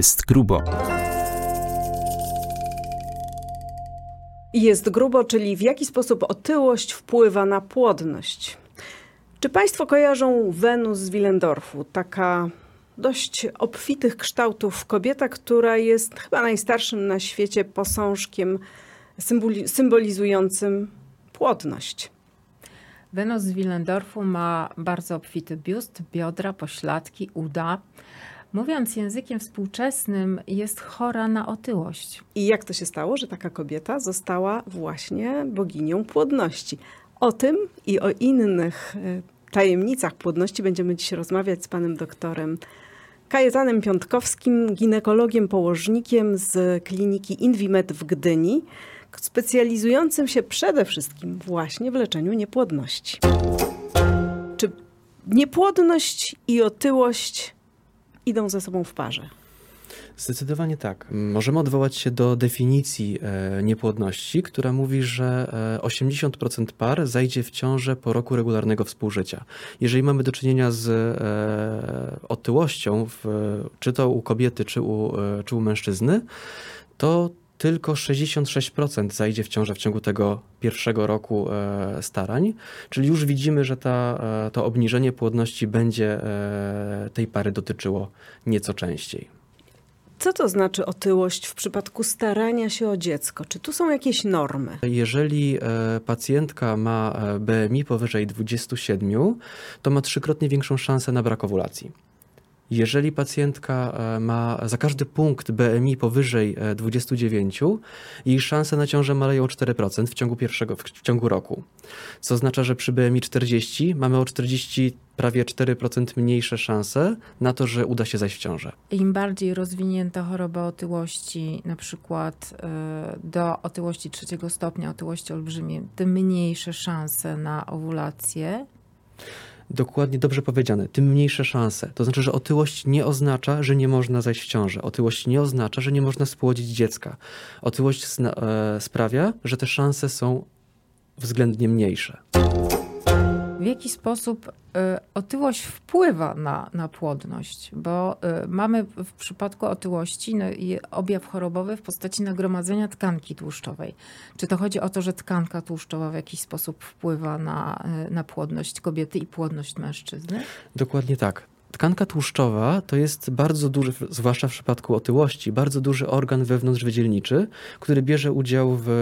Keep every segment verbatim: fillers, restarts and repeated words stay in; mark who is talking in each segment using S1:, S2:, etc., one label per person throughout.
S1: Jest grubo.
S2: Jest grubo, czyli w jaki sposób otyłość wpływa na płodność. Czy Państwo kojarzą Wenus z Willendorfu? Taka dość obfitych kształtów kobieta, która jest chyba najstarszym na świecie posążkiem symboli- symbolizującym płodność.
S3: Wenus z Willendorfu ma bardzo obfity biust, biodra, pośladki, uda. Mówiąc językiem współczesnym, jest chora na otyłość.
S2: I jak to się stało, że taka kobieta została właśnie boginią płodności? O tym i o innych tajemnicach płodności będziemy dziś rozmawiać z panem doktorem Kajetanem Piątkowskim, ginekologiem, położnikiem z kliniki Invimed w Gdyni, specjalizującym się przede wszystkim właśnie w leczeniu niepłodności. Czy niepłodność i otyłość idą ze sobą w parze?
S4: Zdecydowanie tak. Możemy odwołać się do definicji e, niepłodności, która mówi, że e, osiemdziesiąt procent par zajdzie w ciążę po roku regularnego współżycia. Jeżeli mamy do czynienia z e, otyłością, w, czy to u kobiety, czy u, e, czy u mężczyzny, to tylko sześćdziesiąt sześć procent zajdzie w ciążę w ciągu tego pierwszego roku e, starań, czyli już widzimy, że ta, e, to obniżenie płodności będzie e, tej pary dotyczyło nieco częściej.
S2: Co to znaczy otyłość w przypadku starania się o dziecko? Czy tu są jakieś normy?
S4: Jeżeli e, pacjentka ma B M I powyżej dwudziestu siedmiu, to ma trzykrotnie większą szansę na brak owulacji. Jeżeli pacjentka ma za każdy punkt B M I powyżej dwudziestu dziewięciu, jej szanse na ciążę maleją o cztery procent w ciągu pierwszego, w ciągu roku. Co oznacza, że przy B M I czterdzieści mamy o czterdzieści, prawie cztery procent mniejsze szanse na to, że uda się zajść w ciążę.
S3: Im bardziej rozwinięta choroba otyłości, na przykład do otyłości trzeciego stopnia, otyłości olbrzymiej, tym mniejsze szanse na owulację.
S4: Dokładnie, dobrze powiedziane. Tym mniejsze szanse. To znaczy, że otyłość nie oznacza, że nie można zajść w ciążę. Otyłość nie oznacza, że nie można spłodzić dziecka. Otyłość zna- e, sprawia, że te szanse są względnie mniejsze.
S3: W jaki sposób y, otyłość wpływa na, na płodność? Bo y, mamy w przypadku otyłości no, i objaw chorobowy w postaci nagromadzenia tkanki tłuszczowej. Czy to chodzi o to, że tkanka tłuszczowa w jakiś sposób wpływa na, y, na płodność kobiety i płodność mężczyzny?
S4: Dokładnie tak. Tkanka tłuszczowa to jest bardzo duży, zwłaszcza w przypadku otyłości, bardzo duży organ wewnątrzwydzielniczy, który bierze udział w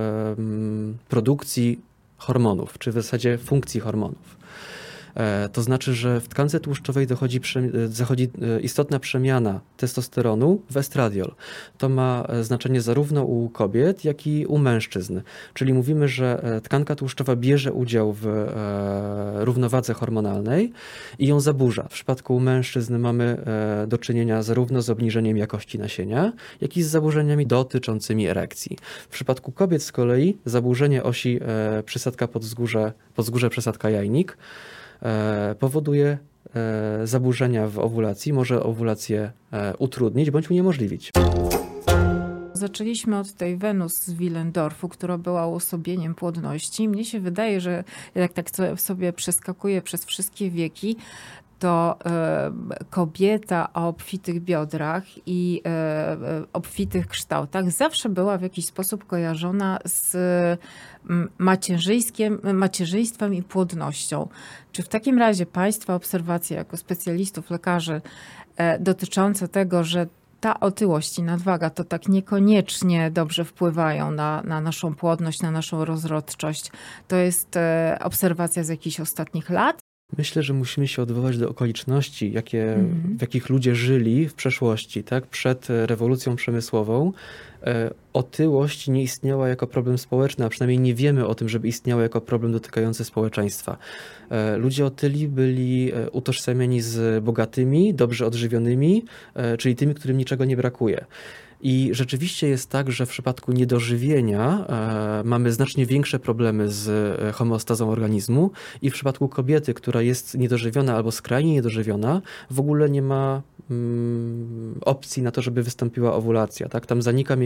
S4: e, produkcji hormonów, czy w zasadzie funkcji hormonów. To znaczy, że w tkance tłuszczowej dochodzi, zachodzi istotna przemiana testosteronu w estradiol. To ma znaczenie zarówno u kobiet, jak i u mężczyzn. Czyli mówimy, że tkanka tłuszczowa bierze udział w równowadze hormonalnej i ją zaburza. W przypadku mężczyzn mamy do czynienia zarówno z obniżeniem jakości nasienia, jak i z zaburzeniami dotyczącymi erekcji. W przypadku kobiet z kolei zaburzenie osi przysadka podzgórze, podzgórze przysadka jajnik powoduje zaburzenia w owulacji, może owulację utrudnić bądź uniemożliwić.
S3: Zaczęliśmy od tej Wenus z Willendorfu, która była uosobieniem płodności. Mnie się wydaje, że jak tak sobie przeskakuję przez wszystkie wieki, to y, kobieta o obfitych biodrach i y, obfitych kształtach zawsze była w jakiś sposób kojarzona z macierzyńskiem, macierzyństwem i płodnością. Czy w takim razie Państwa obserwacje jako specjalistów, lekarzy y, dotyczące tego, że ta otyłość i nadwaga to tak niekoniecznie dobrze wpływają na, na naszą płodność, na naszą rozrodczość, to jest y, obserwacja z jakichś ostatnich lat?
S4: Myślę, że musimy się odwołać do okoliczności, jakie,
S3: Mhm.
S4: w jakich ludzie żyli w przeszłości, tak? Przed rewolucją przemysłową. E, otyłość nie istniała jako problem społeczny, a przynajmniej nie wiemy o tym, żeby istniała jako problem dotykający społeczeństwa. E, ludzie otyli byli utożsamiani z bogatymi, dobrze odżywionymi, e, czyli tymi, którym niczego nie brakuje. I rzeczywiście jest tak, że w przypadku niedożywienia e, mamy znacznie większe problemy z homeostazą organizmu i w przypadku kobiety, która jest niedożywiona albo skrajnie niedożywiona, w ogóle nie ma mm, opcji na to, żeby wystąpiła owulacja. Tak? Tam zanika miesiąc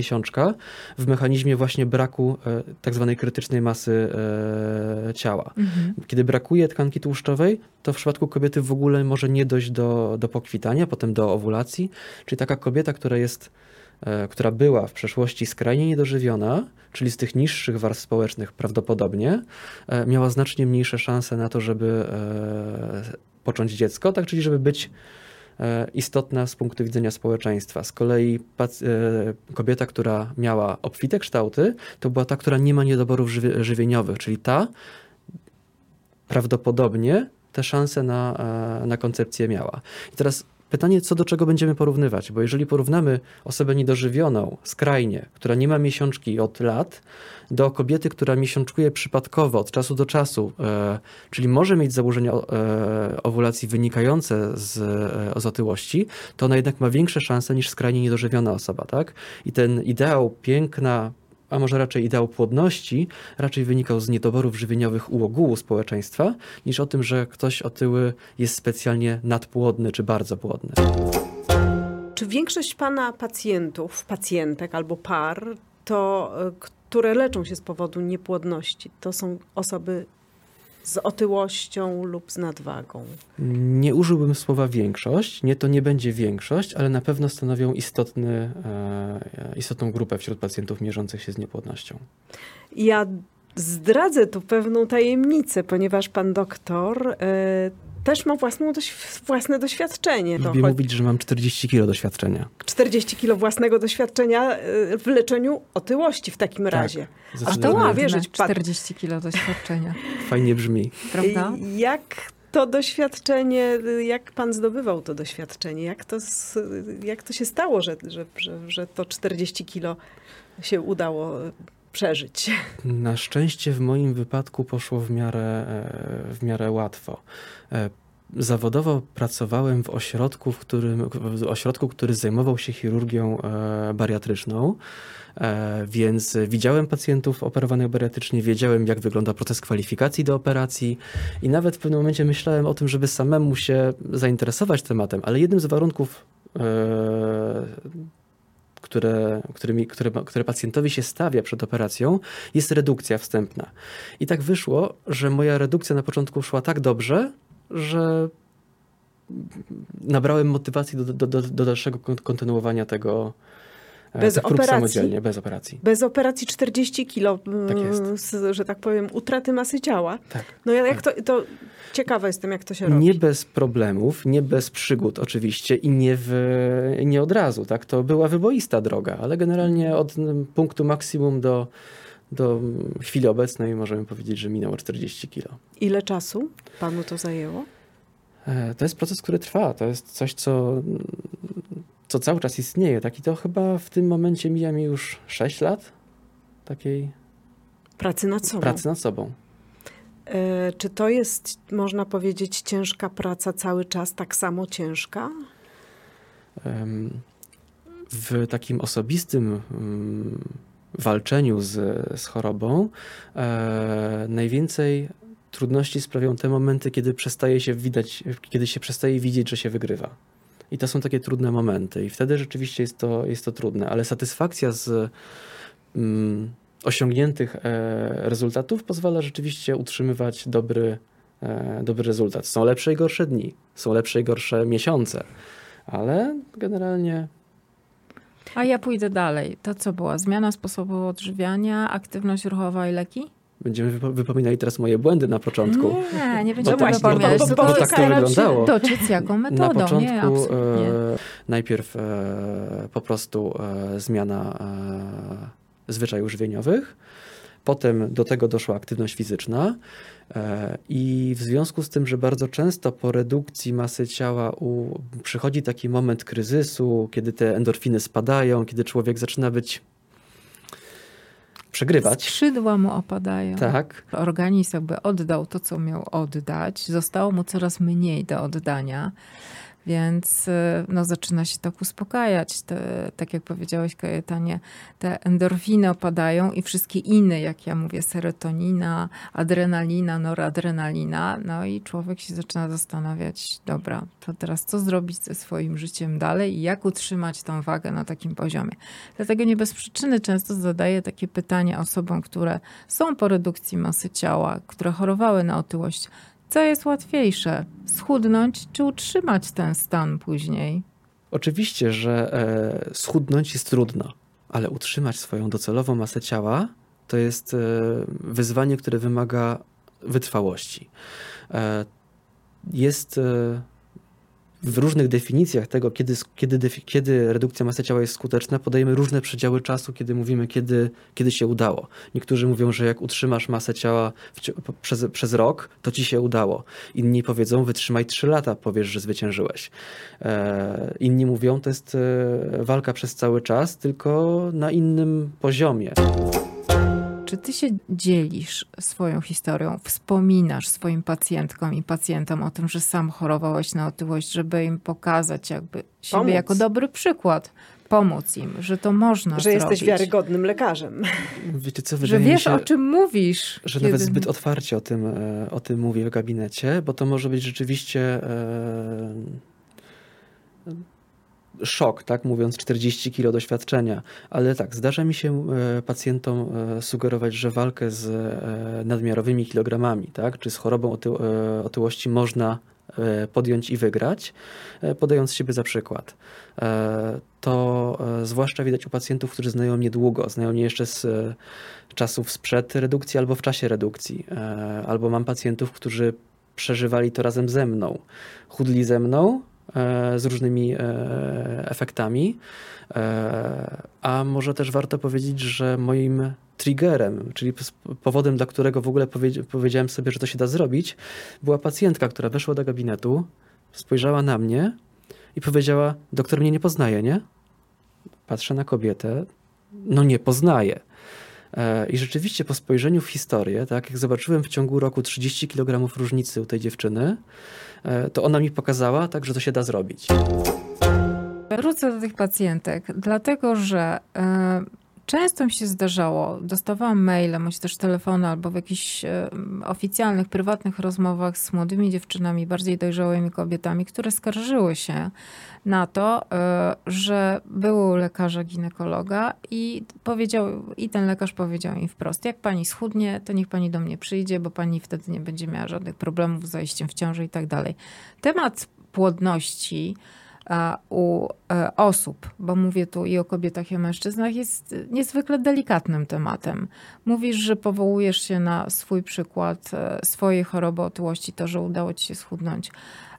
S4: miesiączka w mechanizmie właśnie braku e, tak zwanej krytycznej masy e, ciała.
S3: Mhm.
S4: Kiedy brakuje tkanki tłuszczowej, to w przypadku kobiety w ogóle może nie dojść do, do pokwitania, potem do owulacji. Czyli taka kobieta, która jest, e, która była w przeszłości skrajnie niedożywiona, czyli z tych niższych warstw społecznych prawdopodobnie, e, miała znacznie mniejsze szanse na to, żeby e, począć dziecko, tak, czyli żeby być e, istotna z punktu widzenia społeczeństwa. Z kolei pac- e, kobieta, która miała obfite kształty, to była ta, która nie ma niedoborów żywi- żywieniowych, czyli ta prawdopodobnie te szanse na, e, na koncepcję miała. I teraz pytanie, co do czego będziemy porównywać, bo jeżeli porównamy osobę niedożywioną, skrajnie, która nie ma miesiączki od lat, do kobiety, która miesiączkuje przypadkowo od czasu do czasu, e, czyli może mieć zaburzenia e, owulacji wynikające z, e, z otyłości, to ona jednak ma większe szanse niż skrajnie niedożywiona osoba, tak? I ten ideał piękna, a może raczej ideał płodności, raczej wynikał z niedoborów żywieniowych u ogółu społeczeństwa, niż o tym, że ktoś otyły jest specjalnie nadpłodny czy bardzo płodny.
S2: Czy większość pana pacjentów, pacjentek albo par, to, y, które leczą się z powodu niepłodności, to są osoby z otyłością lub z nadwagą?
S4: Nie użyłbym słowa większość, nie, to nie będzie większość, ale na pewno stanowią istotny, e, istotną grupę wśród pacjentów mierzących się z niepłodnością.
S2: Ja zdradzę tu pewną tajemnicę, ponieważ pan doktor y, też ma własną doś- własne doświadczenie. To
S4: Lubię
S2: choć-
S4: mówić, że mam czterdzieści kilo doświadczenia.
S2: czterdzieści kilo własnego doświadczenia y, w leczeniu otyłości w takim razie.
S3: A to
S4: Zdecydowanie.
S3: ładne,
S2: wierzyć, pan-
S3: czterdzieści kilo doświadczenia,
S4: Fajnie brzmi.
S3: prawda?
S2: Y, Jak to doświadczenie, y, jak pan zdobywał to doświadczenie? Jak to, s- jak to się stało, że, że, że, że to czterdzieści kilo się udało y, przeżyć?
S4: Na szczęście w moim wypadku poszło w miarę, e, w miarę łatwo. E, Zawodowo pracowałem w ośrodku, w którym, w ośrodku, który zajmował się chirurgią e, bariatryczną, e, więc widziałem pacjentów operowanych bariatrycznie, wiedziałem, jak wygląda proces kwalifikacji do operacji i nawet w pewnym momencie myślałem o tym, żeby samemu się zainteresować tematem, ale jednym z warunków, e, które, którymi, które, które pacjentowi się stawia przed operacją, jest redukcja wstępna. I tak wyszło, że moja redukcja na początku szła tak dobrze, że nabrałem motywacji do, do, do, do dalszego kon- kontynuowania tego e,
S2: Bez
S4: tych prób
S2: operacji?
S4: samodzielnie, bez operacji.
S2: Bez operacji czterdzieści kilo,
S4: Tak jest.
S2: y, z, że tak powiem, utraty masy ciała.
S4: Tak.
S2: No ja jak to, to ciekawa jestem, jak to się robi.
S4: Nie bez problemów, nie bez przygód oczywiście i nie, w, nie od razu. Tak? To była wyboista droga, ale generalnie od mm, punktu maksimum do, do chwili obecnej możemy powiedzieć, że minęło czterdzieści kilo.
S2: Ile czasu panu to zajęło?
S4: E, To jest proces, który trwa. To jest coś, co, co cały czas istnieje. Tak? I to chyba w tym momencie mija mi już sześć lat takiej
S2: Pracy nad sobą.
S4: pracy nad sobą.
S2: E, czy to jest, można powiedzieć, ciężka praca cały czas, tak samo ciężka?
S4: Em, W takim osobistym mm, walczeniu z, z chorobą e, najwięcej trudności sprawiają te momenty, kiedy przestaje się widać, kiedy się przestaje widzieć, że się wygrywa. I to są takie trudne momenty. I wtedy rzeczywiście jest to, jest to trudne. Ale satysfakcja z mm, osiągniętych e, rezultatów pozwala rzeczywiście utrzymywać dobry, e, dobry rezultat. Są lepsze i gorsze dni. Są lepsze i gorsze miesiące. Ale generalnie
S3: A ja pójdę dalej. To co była? Zmiana sposobu odżywiania, aktywność ruchowa i leki?
S4: będziemy wypo- wypominali teraz moje błędy na początku.
S3: Nie, nie
S4: Bo
S3: będziemy
S4: tak,
S2: właśnie,
S3: wypominać,
S2: bo- bo-
S3: tylko
S2: bo tak to
S3: starać się
S4: wyglądało.
S3: doczyć jaką metodą.
S4: Na początku
S3: nie, absolutnie.
S4: e, najpierw e, po prostu e, zmiana e, zwyczajów żywieniowych, potem do tego doszła aktywność fizyczna e, i w związku z tym, że bardzo często po redukcji masy ciała u, przychodzi taki moment kryzysu, kiedy te endorfiny spadają, kiedy człowiek zaczyna być przegrywać.
S3: Skrzydła mu opadają.
S4: Tak.
S3: Organizm jakby oddał to, co miał oddać. Zostało mu coraz mniej do oddania. Więc no, zaczyna się tak uspokajać. Te, tak jak powiedziałeś, Kajetanie, te endorfiny opadają i wszystkie inne, jak ja mówię, serotonina, adrenalina, noradrenalina. No i człowiek się zaczyna zastanawiać, dobra, to teraz co zrobić ze swoim życiem dalej i jak utrzymać tą wagę na takim poziomie. Dlatego nie bez przyczyny często zadaję takie pytania osobom, które są po redukcji masy ciała, które chorowały na otyłość. Co jest łatwiejsze? Schudnąć czy utrzymać ten stan później?
S4: Oczywiście, że e, schudnąć jest trudno, ale utrzymać swoją docelową masę ciała to jest e, wyzwanie, które wymaga wytrwałości. E, jest e, w różnych definicjach tego, kiedy, kiedy, kiedy redukcja masy ciała jest skuteczna, podajemy różne przedziały czasu, kiedy mówimy, kiedy, kiedy się udało. Niektórzy mówią, że jak utrzymasz masę ciała w, przez, przez rok, to ci się udało. Inni powiedzą, wytrzymaj trzy lata, powiesz, że zwyciężyłeś. E, inni mówią, to jest e, walka przez cały czas, tylko na innym poziomie.
S3: Czy ty się dzielisz swoją historią, wspominasz swoim pacjentkom i pacjentom o tym, że sam chorowałeś na otyłość, żeby im pokazać jakby siebie
S2: Pomóc.
S3: jako dobry przykład, pomóc im, że to można
S2: Że
S3: zrobić.
S2: jesteś wiarygodnym lekarzem.
S4: Wiecie co,
S3: Że
S4: wydaje mi
S3: wiesz,
S4: się,
S3: o czym mówisz.
S4: że
S3: kiedy...
S4: nawet zbyt otwarcie o tym, e, o tym mówię w gabinecie, bo to może być rzeczywiście e, szok, tak, mówiąc czterdzieści kilo doświadczenia, ale tak, zdarza mi się e, pacjentom e, sugerować, że walkę z e, nadmiarowymi kilogramami, tak, czy z chorobą oty, e, otyłości można e, podjąć i wygrać, e, podając siebie za przykład. E, to e, zwłaszcza widać u pacjentów, którzy znają mnie długo, znają mnie jeszcze z e, czasów sprzed redukcji albo w czasie redukcji, e, albo mam pacjentów, którzy przeżywali to razem ze mną, chudli ze mną, z różnymi efektami. A może też warto powiedzieć, że moim triggerem, czyli powodem, dla którego w ogóle powiedziałem sobie, że to się da zrobić, była pacjentka, która weszła do gabinetu, spojrzała na mnie i powiedziała, doktor mnie nie poznaje, nie? Patrzę na kobietę, no nie poznaje. I rzeczywiście po spojrzeniu w historię, tak, jak zobaczyłem w ciągu roku trzydzieści kilogramów różnicy u tej dziewczyny, to ona mi pokazała, tak, że to się da zrobić.
S3: Wrócę do tych pacjentek, dlatego że e, często mi się zdarzało, dostawałam maile, bądź też telefony albo w jakichś e, oficjalnych, prywatnych rozmowach z młodymi dziewczynami, bardziej dojrzałymi kobietami, które skarżyły się na to, e, że było u lekarza ginekologa i powiedział, i ten lekarz powiedział im wprost, jak pani schudnie, to niech pani do mnie przyjdzie, bo pani wtedy nie będzie miała żadnych problemów z zajściem w ciążę i tak dalej. Temat płodności u osób, bo mówię tu i o kobietach, i o mężczyznach, jest niezwykle delikatnym tematem. Mówisz, że powołujesz się na swój przykład swojej choroby otyłości, to, że udało ci się schudnąć.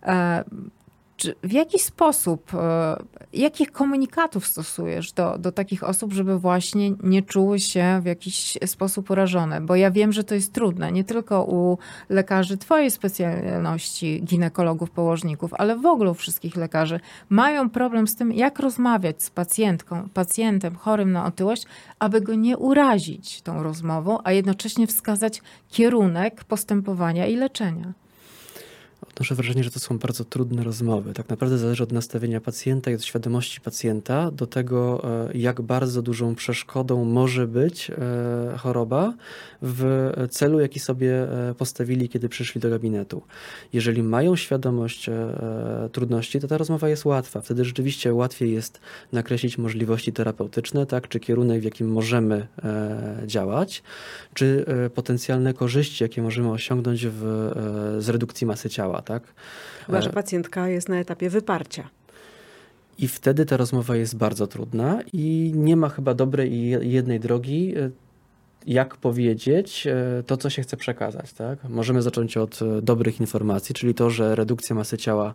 S3: Czy w jaki sposób, jakich komunikatów stosujesz do, do takich osób, żeby właśnie nie czuły się w jakiś sposób urażone? Bo ja wiem, że to jest trudne, nie tylko u lekarzy twojej specjalności, ginekologów, położników, ale w ogóle u wszystkich lekarzy. Mają problem z tym, jak rozmawiać z pacjentką, pacjentem chorym na otyłość, aby go nie urazić tą rozmową, a jednocześnie wskazać kierunek postępowania i leczenia.
S4: Odnoszę wrażenie, że to są bardzo trudne rozmowy. Tak naprawdę zależy od nastawienia pacjenta i od świadomości pacjenta do tego, jak bardzo dużą przeszkodą może być choroba w celu, jaki sobie postawili, kiedy przyszli do gabinetu. Jeżeli mają świadomość trudności, to ta rozmowa jest łatwa. Wtedy rzeczywiście łatwiej jest nakreślić możliwości terapeutyczne, tak, czy kierunek, w jakim możemy działać, czy potencjalne korzyści, jakie możemy osiągnąć w, z redukcji masy ciała. Tak?
S2: Chyba, że pacjentka jest na etapie wyparcia.
S4: I wtedy ta rozmowa jest bardzo trudna i nie ma chyba dobrej i jednej drogi, jak powiedzieć to, co się chce przekazać. Tak? Możemy zacząć od dobrych informacji, czyli to, że redukcja masy ciała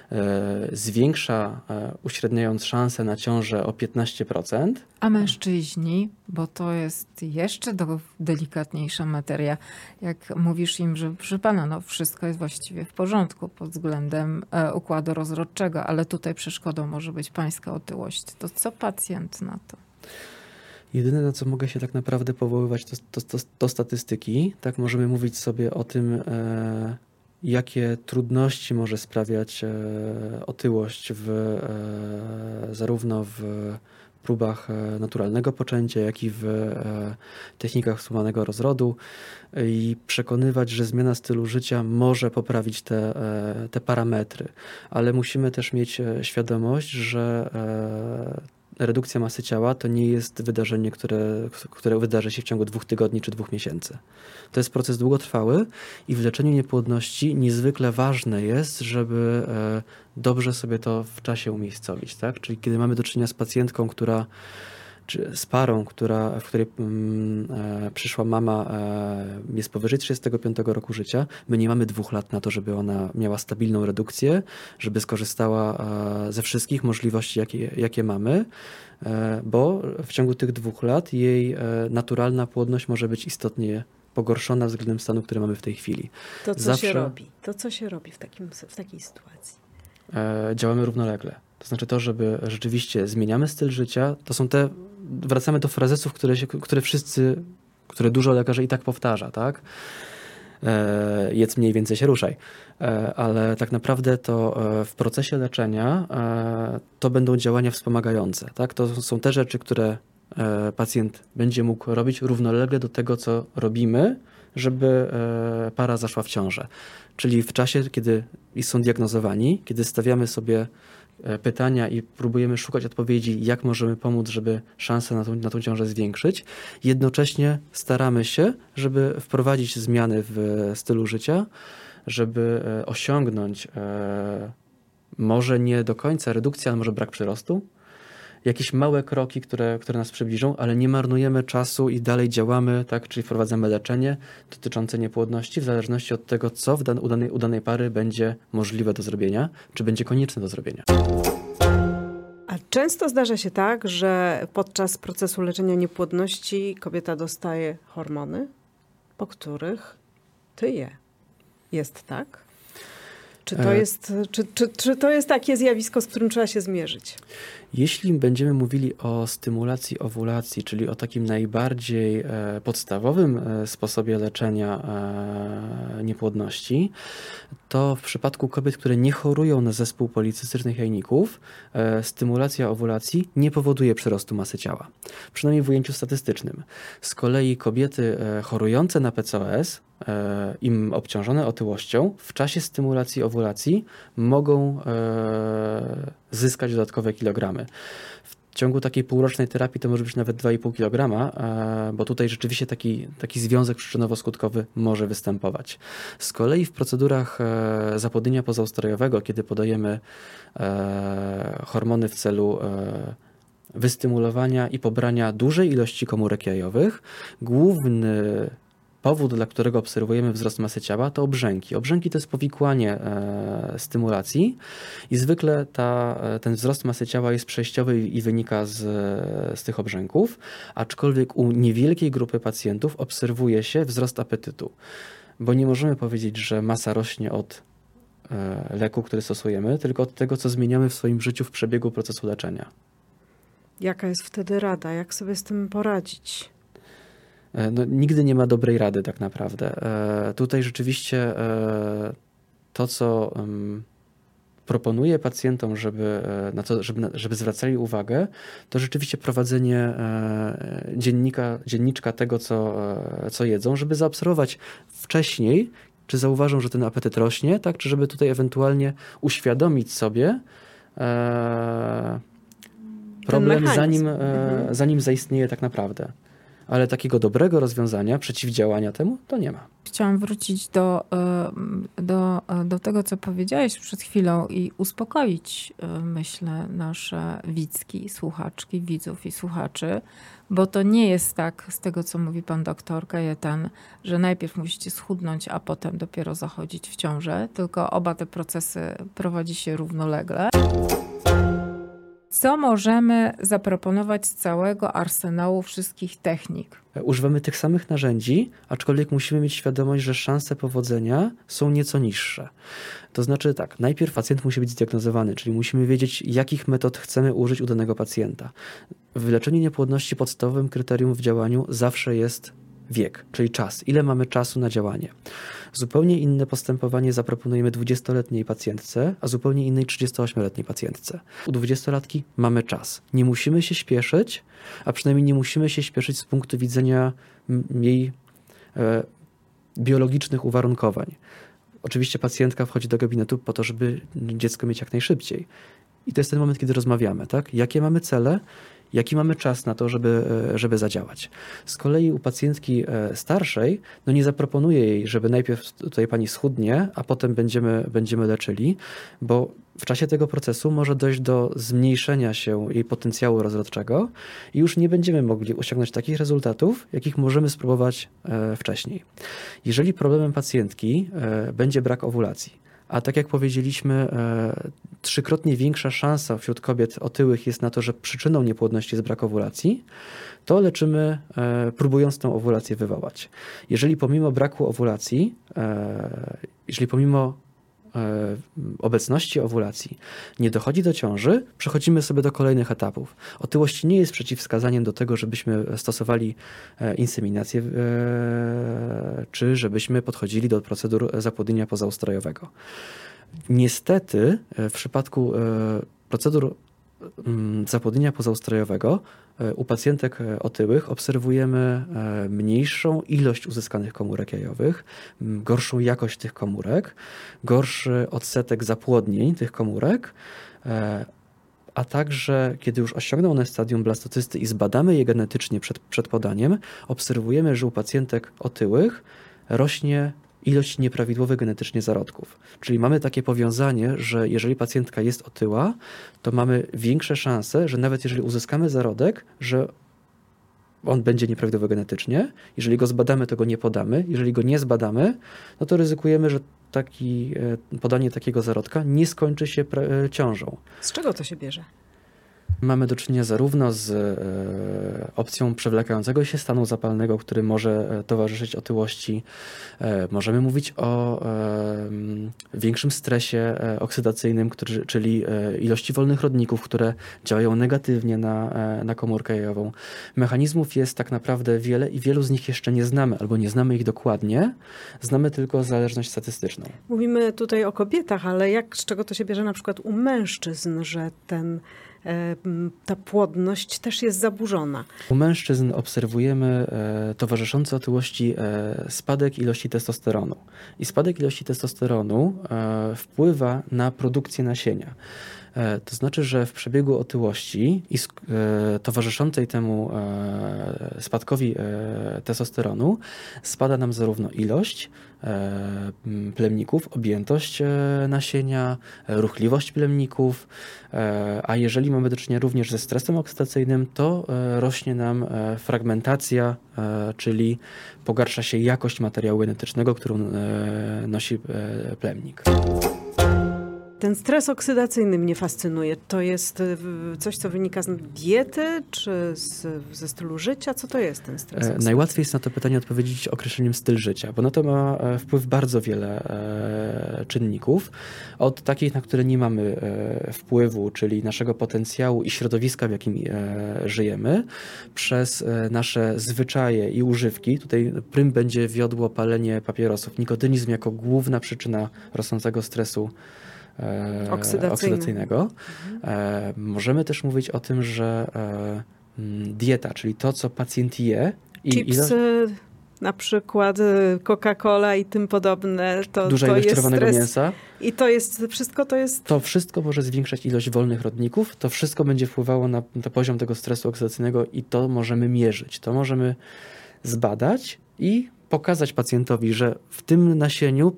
S4: zwiększa, uśredniając szanse na ciążę o piętnaście procent.
S3: A mężczyźni, bo to jest jeszcze do, delikatniejsza materia, jak mówisz im, że proszę pana, no wszystko jest właściwie w porządku pod względem e, układu rozrodczego, ale tutaj przeszkodą może być pańska otyłość. To co pacjent na to?
S4: Jedyne, na co mogę się tak naprawdę powoływać, to, to, to, to statystyki. Tak, możemy mówić sobie o tym, e, jakie trudności może sprawiać e, otyłość w, e, zarówno w próbach e, naturalnego poczęcia, jak i w e, technikach wstrzymania rozrodu i przekonywać, że zmiana stylu życia może poprawić te, e, te parametry. Ale musimy też mieć e, świadomość, że e, redukcja masy ciała to nie jest wydarzenie, które, które wydarzy się w ciągu dwóch tygodni czy dwóch miesięcy. To jest proces długotrwały i w leczeniu niepłodności niezwykle ważne jest, żeby e, dobrze sobie to w czasie umiejscowić. Tak? Czyli kiedy mamy do czynienia z pacjentką, która czy z parą, która, w której mm, e, przyszła mama, e, jest powyżej trzydziestego piątego roku życia. My nie mamy dwóch lat na to, żeby ona miała stabilną redukcję, żeby skorzystała e, ze wszystkich możliwości, jakie, jakie mamy, e, bo w ciągu tych dwóch lat jej e, naturalna płodność może być istotnie pogorszona względem stanu, który mamy w tej chwili.
S2: To co
S4: Zawsze,
S2: się robi? To co się robi w, takim, w takiej sytuacji?
S4: E, działamy równolegle. To znaczy to, żeby rzeczywiście zmieniamy styl życia, to są te, wracamy do frazesów, które, się, które wszyscy, które dużo lekarzy i tak powtarza, tak? E, jedz mniej, więcej się ruszaj. E, ale tak naprawdę to e, w procesie leczenia e, to będą działania wspomagające, tak? To są te rzeczy, które e, pacjent będzie mógł robić równolegle do tego, co robimy, żeby e, para zaszła w ciążę. Czyli w czasie, kiedy są diagnozowani, kiedy stawiamy sobie pytania i próbujemy szukać odpowiedzi, jak możemy pomóc, żeby szanse na tą, na tą ciążę zwiększyć. Jednocześnie staramy się, żeby wprowadzić zmiany w stylu życia, żeby osiągnąć e, może nie do końca redukcję, ale może brak przyrostu. Jakieś małe kroki, które, które nas przybliżą, ale nie marnujemy czasu i dalej działamy, tak, czyli wprowadzamy leczenie dotyczące niepłodności w zależności od tego, co w dan- u, danej, u danej pary będzie możliwe do zrobienia, czy będzie konieczne do zrobienia.
S2: A często zdarza się tak, że podczas procesu leczenia niepłodności kobieta dostaje hormony, po których tyje. Jest tak? Czy to jest, czy, czy, czy to jest takie zjawisko, z którym trzeba się zmierzyć?
S4: Jeśli będziemy mówili o stymulacji owulacji, czyli o takim najbardziej e, podstawowym e, sposobie leczenia e, niepłodności, to w przypadku kobiet, które nie chorują na zespół policystycznych jajników, e, stymulacja owulacji nie powoduje przyrostu masy ciała. Przynajmniej w ujęciu statystycznym. Z kolei kobiety e, chorujące na P C O S, e, im obciążone otyłością, w czasie stymulacji owulacji mogą e, zyskać dodatkowe kilogramy. W ciągu takiej półrocznej terapii to może być nawet dwa i pół kilograma, bo tutaj rzeczywiście taki, taki związek przyczynowo-skutkowy może występować. Z kolei w procedurach zapłodnienia pozaustrojowego, kiedy podajemy hormony w celu wystymulowania i pobrania dużej ilości komórek jajowych, główny powód, dla którego obserwujemy wzrost masy ciała, to obrzęki. Obrzęki to jest powikłanie e, stymulacji i zwykle ta, ten wzrost masy ciała jest przejściowy i wynika z, z tych obrzęków, aczkolwiek u niewielkiej grupy pacjentów obserwuje się wzrost apetytu, bo nie możemy powiedzieć, że masa rośnie od e, leku, który stosujemy, tylko od tego, co zmieniamy w swoim życiu w przebiegu procesu leczenia.
S2: Jaka jest wtedy rada? Jak sobie z tym poradzić?
S4: No, nigdy nie ma dobrej rady tak naprawdę. E, tutaj rzeczywiście e, to, co um, proponuję pacjentom, żeby, na to, żeby, żeby zwracali uwagę, to rzeczywiście prowadzenie e, dziennika, dzienniczka tego, co, e, co jedzą, żeby zaobserwować wcześniej, czy zauważą, że ten apetyt rośnie, tak, czy żeby tutaj ewentualnie uświadomić sobie e, problem, zanim, e, mhm. zanim zaistnieje tak naprawdę. Ale takiego dobrego rozwiązania, przeciwdziałania temu, to nie ma.
S3: Chciałam wrócić do, do, do tego, co powiedziałeś przed chwilą i uspokoić, myślę, nasze widzki, słuchaczki, widzów i słuchaczy, bo to nie jest tak, z tego, co mówi pan doktor Kajetan, że najpierw musicie schudnąć, a potem dopiero zachodzić w ciążę, tylko oba te procesy prowadzi się równolegle. Co możemy zaproponować z całego arsenału wszystkich technik?
S4: Używamy tych samych narzędzi, aczkolwiek musimy mieć świadomość, że szanse powodzenia są nieco niższe. To znaczy tak, najpierw pacjent musi być zdiagnozowany, czyli musimy wiedzieć, jakich metod chcemy użyć u danego pacjenta. W leczeniu niepłodności podstawowym kryterium w działaniu zawsze jest wiek, czyli czas. Ile mamy czasu na działanie. Zupełnie inne postępowanie zaproponujemy dwudziestoletniej pacjentce, a zupełnie innej trzydziestoośmioletniej pacjentce. U dwudziestolatki mamy czas. Nie musimy się śpieszyć, a przynajmniej nie musimy się śpieszyć z punktu widzenia jej e, biologicznych uwarunkowań. Oczywiście pacjentka wchodzi do gabinetu po to, żeby dziecko mieć jak najszybciej. I to jest ten moment, kiedy rozmawiamy, tak? Jakie mamy cele, jaki mamy czas na to, żeby, żeby zadziałać. Z kolei u pacjentki starszej, no nie zaproponuję jej, żeby najpierw tutaj pani schudnie, a potem będziemy, będziemy leczyli, bo w czasie tego procesu może dojść do zmniejszenia się jej potencjału rozrodczego i już nie będziemy mogli osiągnąć takich rezultatów, jakich możemy spróbować wcześniej. Jeżeli problemem pacjentki będzie brak owulacji, a tak jak powiedzieliśmy, e, trzykrotnie większa szansa wśród kobiet otyłych jest na to, że przyczyną niepłodności jest brak owulacji, to leczymy e, próbując tą owulację wywołać. Jeżeli pomimo braku owulacji, e, jeżeli pomimo e, obecności owulacji nie dochodzi do ciąży, przechodzimy sobie do kolejnych etapów. Otyłość nie jest przeciwwskazaniem do tego, żebyśmy stosowali e, inseminację e, czy żebyśmy podchodzili do procedur zapłodnienia pozaustrojowego. Niestety w przypadku e, procedur m, zapłodnienia pozaustrojowego e, u pacjentek otyłych obserwujemy e, mniejszą ilość uzyskanych komórek jajowych, m, gorszą jakość tych komórek, gorszy odsetek zapłodnień tych komórek, e, a także kiedy już osiągną one stadium blastocysty i zbadamy je genetycznie przed, przed podaniem, obserwujemy, że u pacjentek otyłych rośnie ilość nieprawidłowych genetycznie zarodków. Czyli mamy takie powiązanie, że jeżeli pacjentka jest otyła, to mamy większe szanse, że nawet jeżeli uzyskamy zarodek, że on będzie nieprawidłowy genetycznie. Jeżeli go zbadamy, to go nie podamy. Jeżeli go nie zbadamy, no to ryzykujemy, że taki, podanie takiego zarodka nie skończy się pre- ciążą.
S2: Z czego to się bierze?
S4: Mamy do czynienia zarówno z e, opcją przewlekającego się stanu zapalnego, który może towarzyszyć otyłości. E, możemy mówić o e, większym stresie e, oksydacyjnym, który, czyli e, ilości wolnych rodników, które działają negatywnie na, e, na komórkę jajową. Mechanizmów jest tak naprawdę wiele i wielu z nich jeszcze nie znamy, albo nie znamy ich dokładnie. Znamy tylko zależność statystyczną.
S2: Mówimy tutaj o kobietach, ale jak, z czego to się bierze na przykład u mężczyzn, że ten ta płodność też jest zaburzona?
S4: U mężczyzn obserwujemy e, towarzyszący otyłości e, spadek ilości testosteronu. I spadek ilości testosteronu e, wpływa na produkcję nasienia. E, to znaczy, że w przebiegu otyłości i e, towarzyszącej temu e, spadkowi e, testosteronu spada nam zarówno ilość e, plemników, objętość e, nasienia, e, ruchliwość plemników, e, a jeżeli mamy do czynienia również ze stresem oksydacyjnym, to e, rośnie nam e, fragmentacja, e, czyli pogarsza się jakość materiału genetycznego, którą e, nosi e, plemnik.
S2: Ten stres oksydacyjny mnie fascynuje. To jest coś, co wynika z diety, czy z, ze stylu życia? Co to jest ten stres oksydacyjny?
S4: Najłatwiej jest na to pytanie odpowiedzieć określeniem styl życia, bo na to ma wpływ bardzo wiele czynników. Od takich, na które nie mamy wpływu, czyli naszego potencjału i środowiska, w jakim żyjemy, przez nasze zwyczaje i używki. Tutaj prym będzie wiodło palenie papierosów. Nikotynizm jako główna przyczyna rosnącego stresu Oksydacyjny. oksydacyjnego. Mhm. E, możemy też mówić o tym, że e, dieta, czyli to, co pacjent je. I
S2: Chipsy, ile... na przykład Coca-Cola i tym podobne. To,
S4: Duża
S2: to
S4: ilość
S2: jest
S4: czerwonego
S2: stres.
S4: mięsa.
S2: I to jest, wszystko to jest...
S4: To wszystko może zwiększać ilość wolnych rodników. To wszystko będzie wpływało na, na poziom tego stresu oksydacyjnego i to możemy mierzyć. To możemy zbadać i pokazać pacjentowi, że w tym nasieniu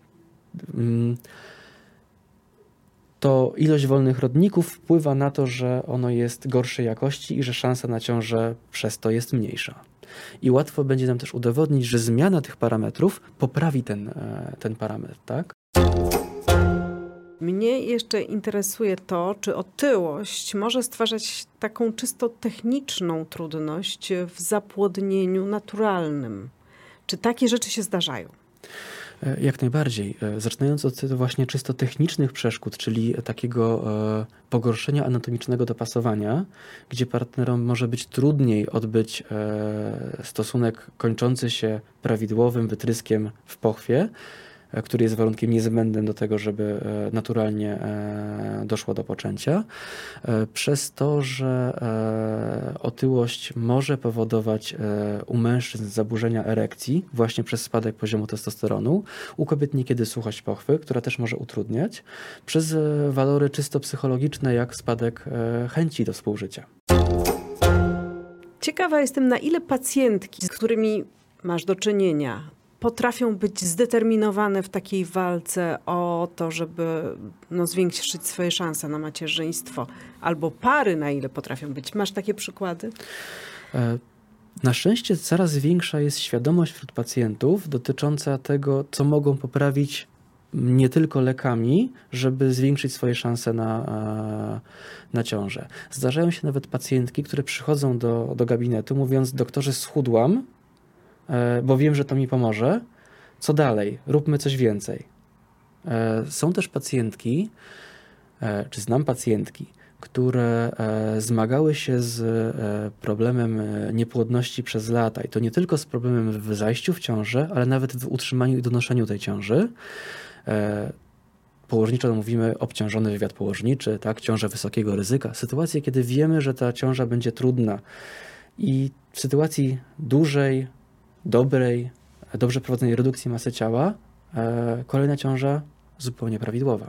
S4: mm, to ilość wolnych rodników wpływa na to, że ono jest gorszej jakości i że szansa na ciążę przez to jest mniejsza. I łatwo będzie nam też udowodnić, że zmiana tych parametrów poprawi ten, ten parametr, tak?
S2: Mnie jeszcze interesuje to, czy otyłość może stwarzać taką czysto techniczną trudność w zapłodnieniu naturalnym. Czy takie rzeczy się zdarzają?
S4: Jak najbardziej. Zaczynając od właśnie czysto technicznych przeszkód, czyli takiego pogorszenia anatomicznego dopasowania, gdzie partnerom może być trudniej odbyć stosunek kończący się prawidłowym wytryskiem w pochwie, który jest warunkiem niezbędnym do tego, żeby naturalnie doszło do poczęcia. Przez to, że otyłość może powodować u mężczyzn zaburzenia erekcji właśnie przez spadek poziomu testosteronu, u kobiet niekiedy suchość pochwy, która też może utrudniać, przez walory czysto psychologiczne, jak spadek chęci do współżycia.
S2: Ciekawa jestem, na ile pacjentki, z którymi masz do czynienia, potrafią być zdeterminowane w takiej walce o to, żeby no, zwiększyć swoje szanse na macierzyństwo. Albo pary, na ile potrafią być. Masz takie przykłady?
S4: Na szczęście coraz większa jest świadomość wśród pacjentów dotycząca tego, co mogą poprawić nie tylko lekami, żeby zwiększyć swoje szanse na, na ciążę. Zdarzają się nawet pacjentki, które przychodzą do, do gabinetu mówiąc: doktorze, schudłam, bo wiem, że to mi pomoże. Co dalej? Róbmy coś więcej. Są też pacjentki, czy znam pacjentki, które zmagały się z problemem niepłodności przez lata. I to nie tylko z problemem w zajściu w ciążę, ale nawet w utrzymaniu i donoszeniu tej ciąży. Położniczo mówimy obciążony wywiad położniczy, tak? Ciąża wysokiego ryzyka. Sytuacje, kiedy wiemy, że ta ciąża będzie trudna i w sytuacji dużej, dobrej, dobrze prowadzonej redukcji masy ciała, e, kolejna ciąża zupełnie prawidłowa.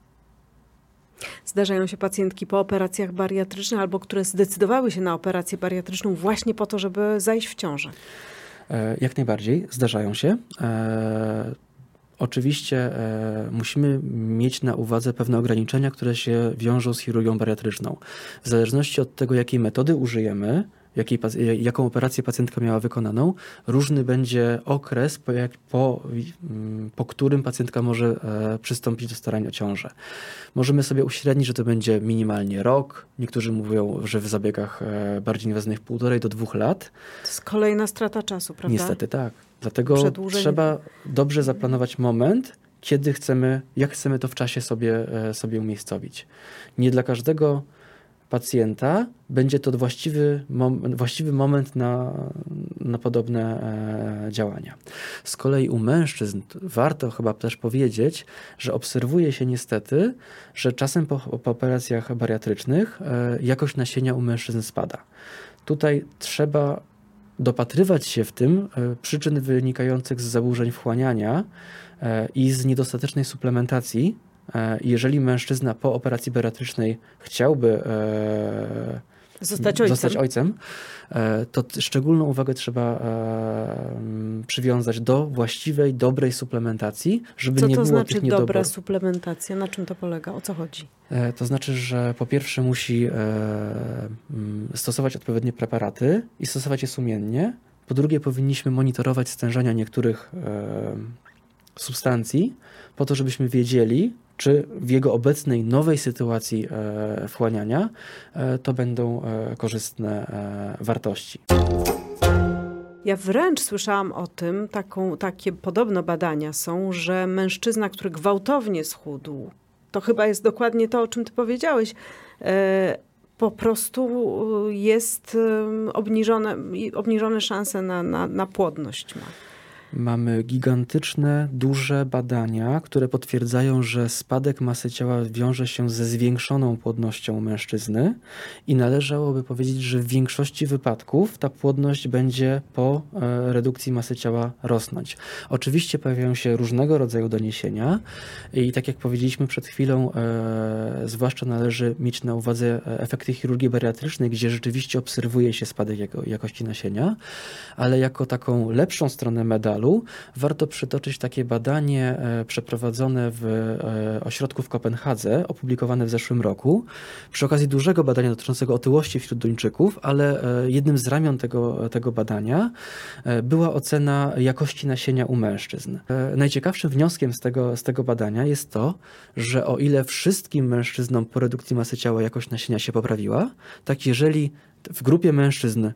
S2: Zdarzają się pacjentki po operacjach bariatrycznych albo które zdecydowały się na operację bariatryczną właśnie po to, żeby zajść w ciążę.
S4: E, jak najbardziej, zdarzają się. E, oczywiście e, musimy mieć na uwadze pewne ograniczenia, które się wiążą z chirurgią bariatryczną. W zależności od tego, jakiej metody użyjemy, Jakiej, jaką operację pacjentka miała wykonaną, różny będzie okres, po, jak, po, po którym pacjentka może e, przystąpić do starań o ciążę. Możemy sobie uśrednić, że to będzie minimalnie rok. Niektórzy mówią, że w zabiegach e, bardziej inwazyjnych półtorej do dwóch lat.
S2: To jest kolejna strata czasu, prawda?
S4: Niestety tak. Dlatego
S2: Przedłużenie.
S4: Trzeba dobrze zaplanować moment, kiedy chcemy, jak chcemy to w czasie sobie, e, sobie umiejscowić. Nie dla każdego pacjenta będzie to właściwy, mom, właściwy moment na, na podobne e, działania. Z kolei u mężczyzn warto chyba też powiedzieć, że obserwuje się niestety, że czasem po, po operacjach bariatrycznych e, jakość nasienia u mężczyzn spada. Tutaj trzeba dopatrywać się w tym e, przyczyn wynikających z zaburzeń wchłaniania e, i z niedostatecznej suplementacji. Jeżeli mężczyzna po operacji bariatrycznej chciałby e,
S2: zostać ojcem,
S4: zostać ojcem e, to t- szczególną uwagę trzeba e, przywiązać do właściwej, dobrej suplementacji, żeby
S2: Co
S4: nie
S2: to
S4: było
S2: znaczy
S4: tych niedoborów.
S2: dobra suplementacja? Na czym to polega? O co chodzi?
S4: E, to znaczy, że po pierwsze musi e, stosować odpowiednie preparaty i stosować je sumiennie. Po drugie powinniśmy monitorować stężenia niektórych e, substancji, po to, żebyśmy wiedzieli, czy w jego obecnej nowej sytuacji e, wchłaniania e, to będą e, korzystne e, wartości.
S2: Ja wręcz słyszałam o tym, taką, takie podobno badania są, że mężczyzna, który gwałtownie schudł, to chyba jest dokładnie to, o czym ty powiedziałeś, e, po prostu jest obniżone, obniżone szanse na, na, na płodność ma.
S4: Mamy gigantyczne, duże badania, które potwierdzają, że spadek masy ciała wiąże się ze zwiększoną płodnością mężczyzny i należałoby powiedzieć, że w większości wypadków ta płodność będzie po redukcji masy ciała rosnąć. Oczywiście pojawiają się różnego rodzaju doniesienia i tak jak powiedzieliśmy przed chwilą, e, zwłaszcza należy mieć na uwadze efekty chirurgii bariatrycznej, gdzie rzeczywiście obserwuje się spadek jako, jakości nasienia, ale jako taką lepszą stronę medalu warto przytoczyć takie badanie e, przeprowadzone w e, ośrodku w Kopenhadze, opublikowane w zeszłym roku, przy okazji dużego badania dotyczącego otyłości wśród Duńczyków, ale e, jednym z ramion tego, tego badania e, była ocena jakości nasienia u mężczyzn. E, najciekawszym wnioskiem z tego, z tego badania jest to, że o ile wszystkim mężczyznom po redukcji masy ciała jakość nasienia się poprawiła, tak jeżeli w grupie mężczyzn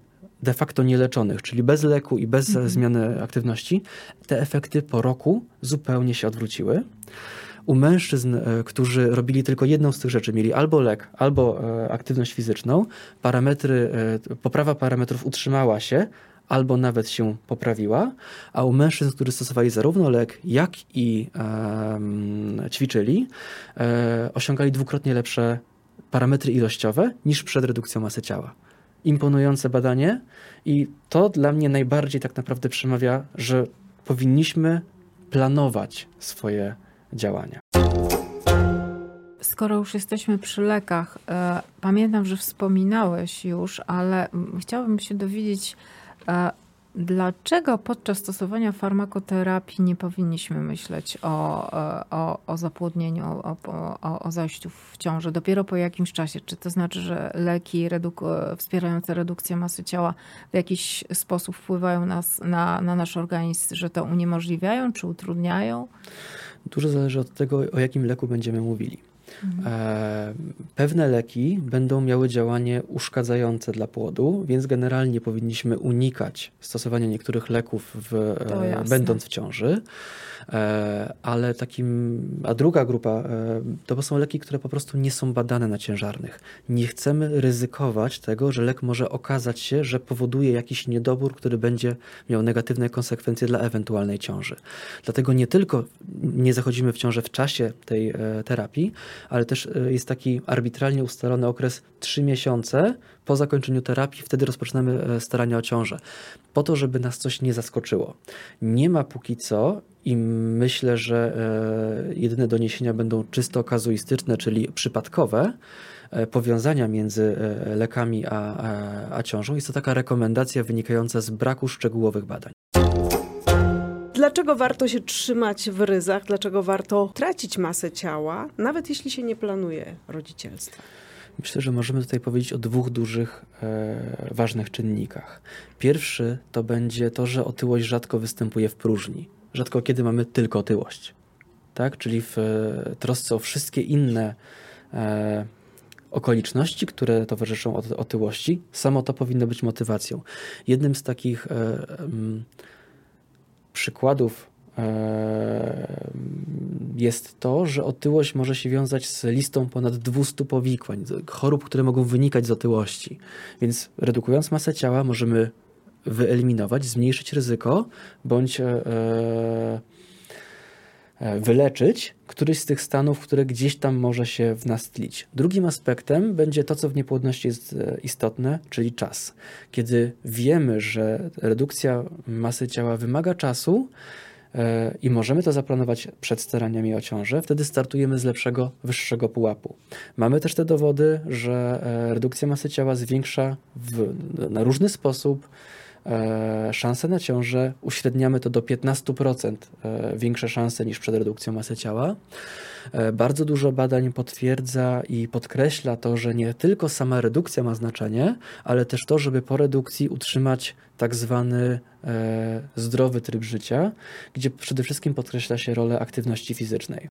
S4: de facto nieleczonych, czyli bez leku i bez mhm. zmiany aktywności, te efekty po roku zupełnie się odwróciły. U mężczyzn, którzy robili tylko jedną z tych rzeczy, mieli albo lek, albo aktywność fizyczną, parametry, poprawa parametrów utrzymała się, albo nawet się poprawiła, a u mężczyzn, którzy stosowali zarówno lek, jak i um, ćwiczyli, e, osiągali dwukrotnie lepsze parametry ilościowe niż przed redukcją masy ciała. Imponujące badanie i to dla mnie najbardziej tak naprawdę przemawia, że powinniśmy planować swoje działania.
S3: Skoro już jesteśmy przy lekach, e, pamiętam, że wspominałeś już, ale chciałabym się dowiedzieć, e, dlaczego podczas stosowania farmakoterapii nie powinniśmy myśleć o, o, o zapłodnieniu, o, o, o zajściu w ciążę dopiero po jakimś czasie? Czy to znaczy, że leki reduk- wspierające redukcję masy ciała w jakiś sposób wpływają nas, na, na nasz organizm, że to uniemożliwiają czy utrudniają?
S4: Dużo zależy od tego, o jakim leku będziemy mówili. Pewne leki będą miały działanie uszkadzające dla płodu, więc generalnie powinniśmy unikać stosowania niektórych leków w, będąc w ciąży. Ale takim, a druga grupa to są leki, które po prostu nie są badane na ciężarnych. Nie chcemy ryzykować tego, że lek może okazać się, że powoduje jakiś niedobór, który będzie miał negatywne konsekwencje dla ewentualnej ciąży. Dlatego nie tylko nie zachodzimy w ciążę w czasie tej terapii, ale też jest taki arbitralnie ustalony okres trzy miesiące po zakończeniu terapii, wtedy rozpoczynamy starania o ciążę. Po to, żeby nas coś nie zaskoczyło. Nie ma póki co i myślę, że jedyne doniesienia będą czysto kazuistyczne, czyli przypadkowe, powiązania między lekami a, a, a ciążą. Jest to taka rekomendacja wynikająca z braku szczegółowych badań.
S2: Dlaczego warto się trzymać w ryzach? Dlaczego warto tracić masę ciała, nawet jeśli się nie planuje rodzicielstwa?
S4: Myślę, że możemy tutaj powiedzieć o dwóch dużych, e, ważnych czynnikach. Pierwszy to będzie to, że otyłość rzadko występuje w próżni. Rzadko kiedy mamy tylko otyłość. Tak? Czyli w e, trosce o wszystkie inne e, okoliczności, które towarzyszą otyłości, samo to powinno być motywacją. Jednym z takich e, m, przykładów jest to, że otyłość może się wiązać z listą ponad dwieście powikłań, chorób, które mogą wynikać z otyłości. Więc redukując masę ciała możemy wyeliminować, zmniejszyć ryzyko bądź wyleczyć któryś z tych stanów, które gdzieś tam może się w nas tlić. Drugim aspektem będzie to, co w niepłodności jest istotne, czyli czas. Kiedy wiemy, że redukcja masy ciała wymaga czasu i możemy to zaplanować przed staraniami o ciążę, wtedy startujemy z lepszego, wyższego pułapu. Mamy też te dowody, że redukcja masy ciała zwiększa w, na różny sposób szanse na ciążę, uśredniamy to do piętnaście procent większe szanse niż przed redukcją masy ciała. Bardzo dużo badań potwierdza i podkreśla to, że nie tylko sama redukcja ma znaczenie, ale też to, żeby po redukcji utrzymać tak zwany zdrowy tryb życia, gdzie przede wszystkim podkreśla się rolę aktywności fizycznej.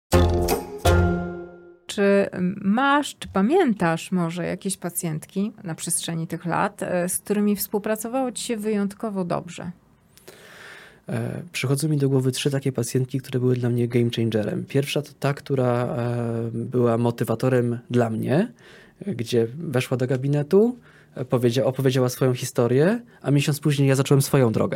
S3: Czy masz, czy pamiętasz może jakieś pacjentki na przestrzeni tych lat, z którymi współpracowało ci się wyjątkowo dobrze?
S4: Przychodzą mi do głowy trzy takie pacjentki, które były dla mnie game changerem. Pierwsza to ta, która była motywatorem dla mnie, gdzie weszła do gabinetu, opowiedziała swoją historię, a miesiąc później ja zacząłem swoją drogę.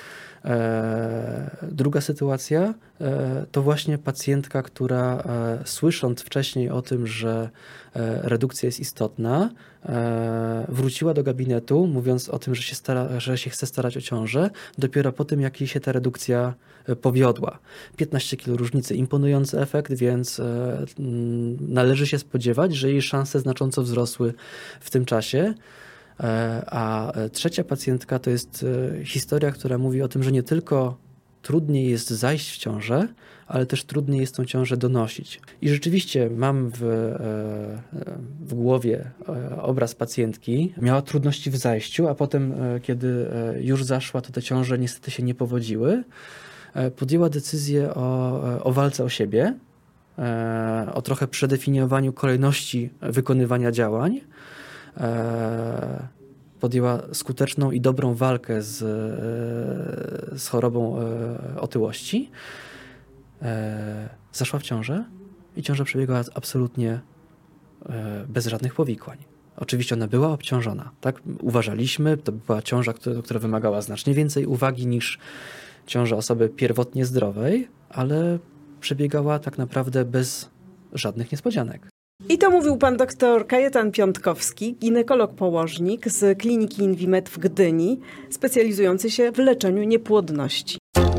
S4: Druga sytuacja to właśnie pacjentka, która słysząc wcześniej o tym, że redukcja jest istotna, wróciła do gabinetu, mówiąc o tym, że się, stara, że się chce starać o ciążę, dopiero po tym, jak jej się ta redukcja powiodła. piętnaście kilo różnicy, imponujący efekt, więc należy się spodziewać, że jej szanse znacząco wzrosły w tym czasie. A trzecia pacjentka to jest historia, która mówi o tym, że nie tylko trudniej jest zajść w ciążę, ale też trudniej jest tą ciążę donosić. I rzeczywiście mam w, w głowie obraz pacjentki. Miała trudności w zajściu, a potem, kiedy już zaszła, to te ciąże niestety się nie powodziły. Podjęła decyzję o, o walce o siebie, o trochę przedefiniowaniu kolejności wykonywania działań. podjęła skuteczną i dobrą walkę z, z chorobą otyłości, zaszła w ciążę i ciąża przebiegała absolutnie bez żadnych powikłań. Oczywiście ona była obciążona, tak? Uważaliśmy, to była ciąża, która, która wymagała znacznie więcej uwagi niż ciąża osoby pierwotnie zdrowej, ale przebiegała tak naprawdę bez żadnych niespodzianek.
S2: I to mówił pan dr Kajetan Piątkowski, ginekolog-położnik z kliniki Invimed w Gdyni, specjalizujący się w leczeniu niepłodności.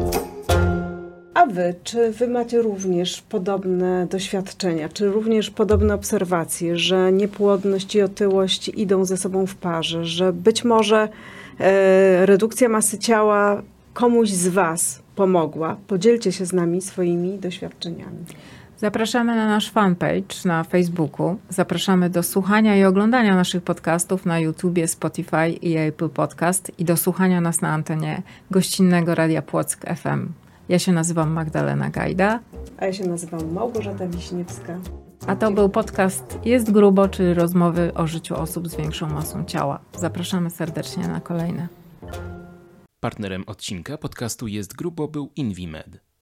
S2: A wy, czy wy macie również podobne doświadczenia, czy również podobne obserwacje, że niepłodność i otyłość idą ze sobą w parze, że być może e, redukcja masy ciała komuś z was pomogła? Podzielcie się z nami swoimi doświadczeniami.
S3: Zapraszamy na nasz fanpage na Facebooku. Zapraszamy do słuchania i oglądania naszych podcastów na YouTubie, Spotify i Apple Podcast i do słuchania nas na antenie gościnnego Radia Płock F M. Ja się nazywam Magdalena Gajda.
S2: A ja się nazywam Małgorzata Wiśniewska.
S3: A to był podcast Jest Grubo, czyli rozmowy o życiu osób z większą masą ciała. Zapraszamy serdecznie na kolejne.
S1: Partnerem odcinka podcastu Jest Grubo był Invimed.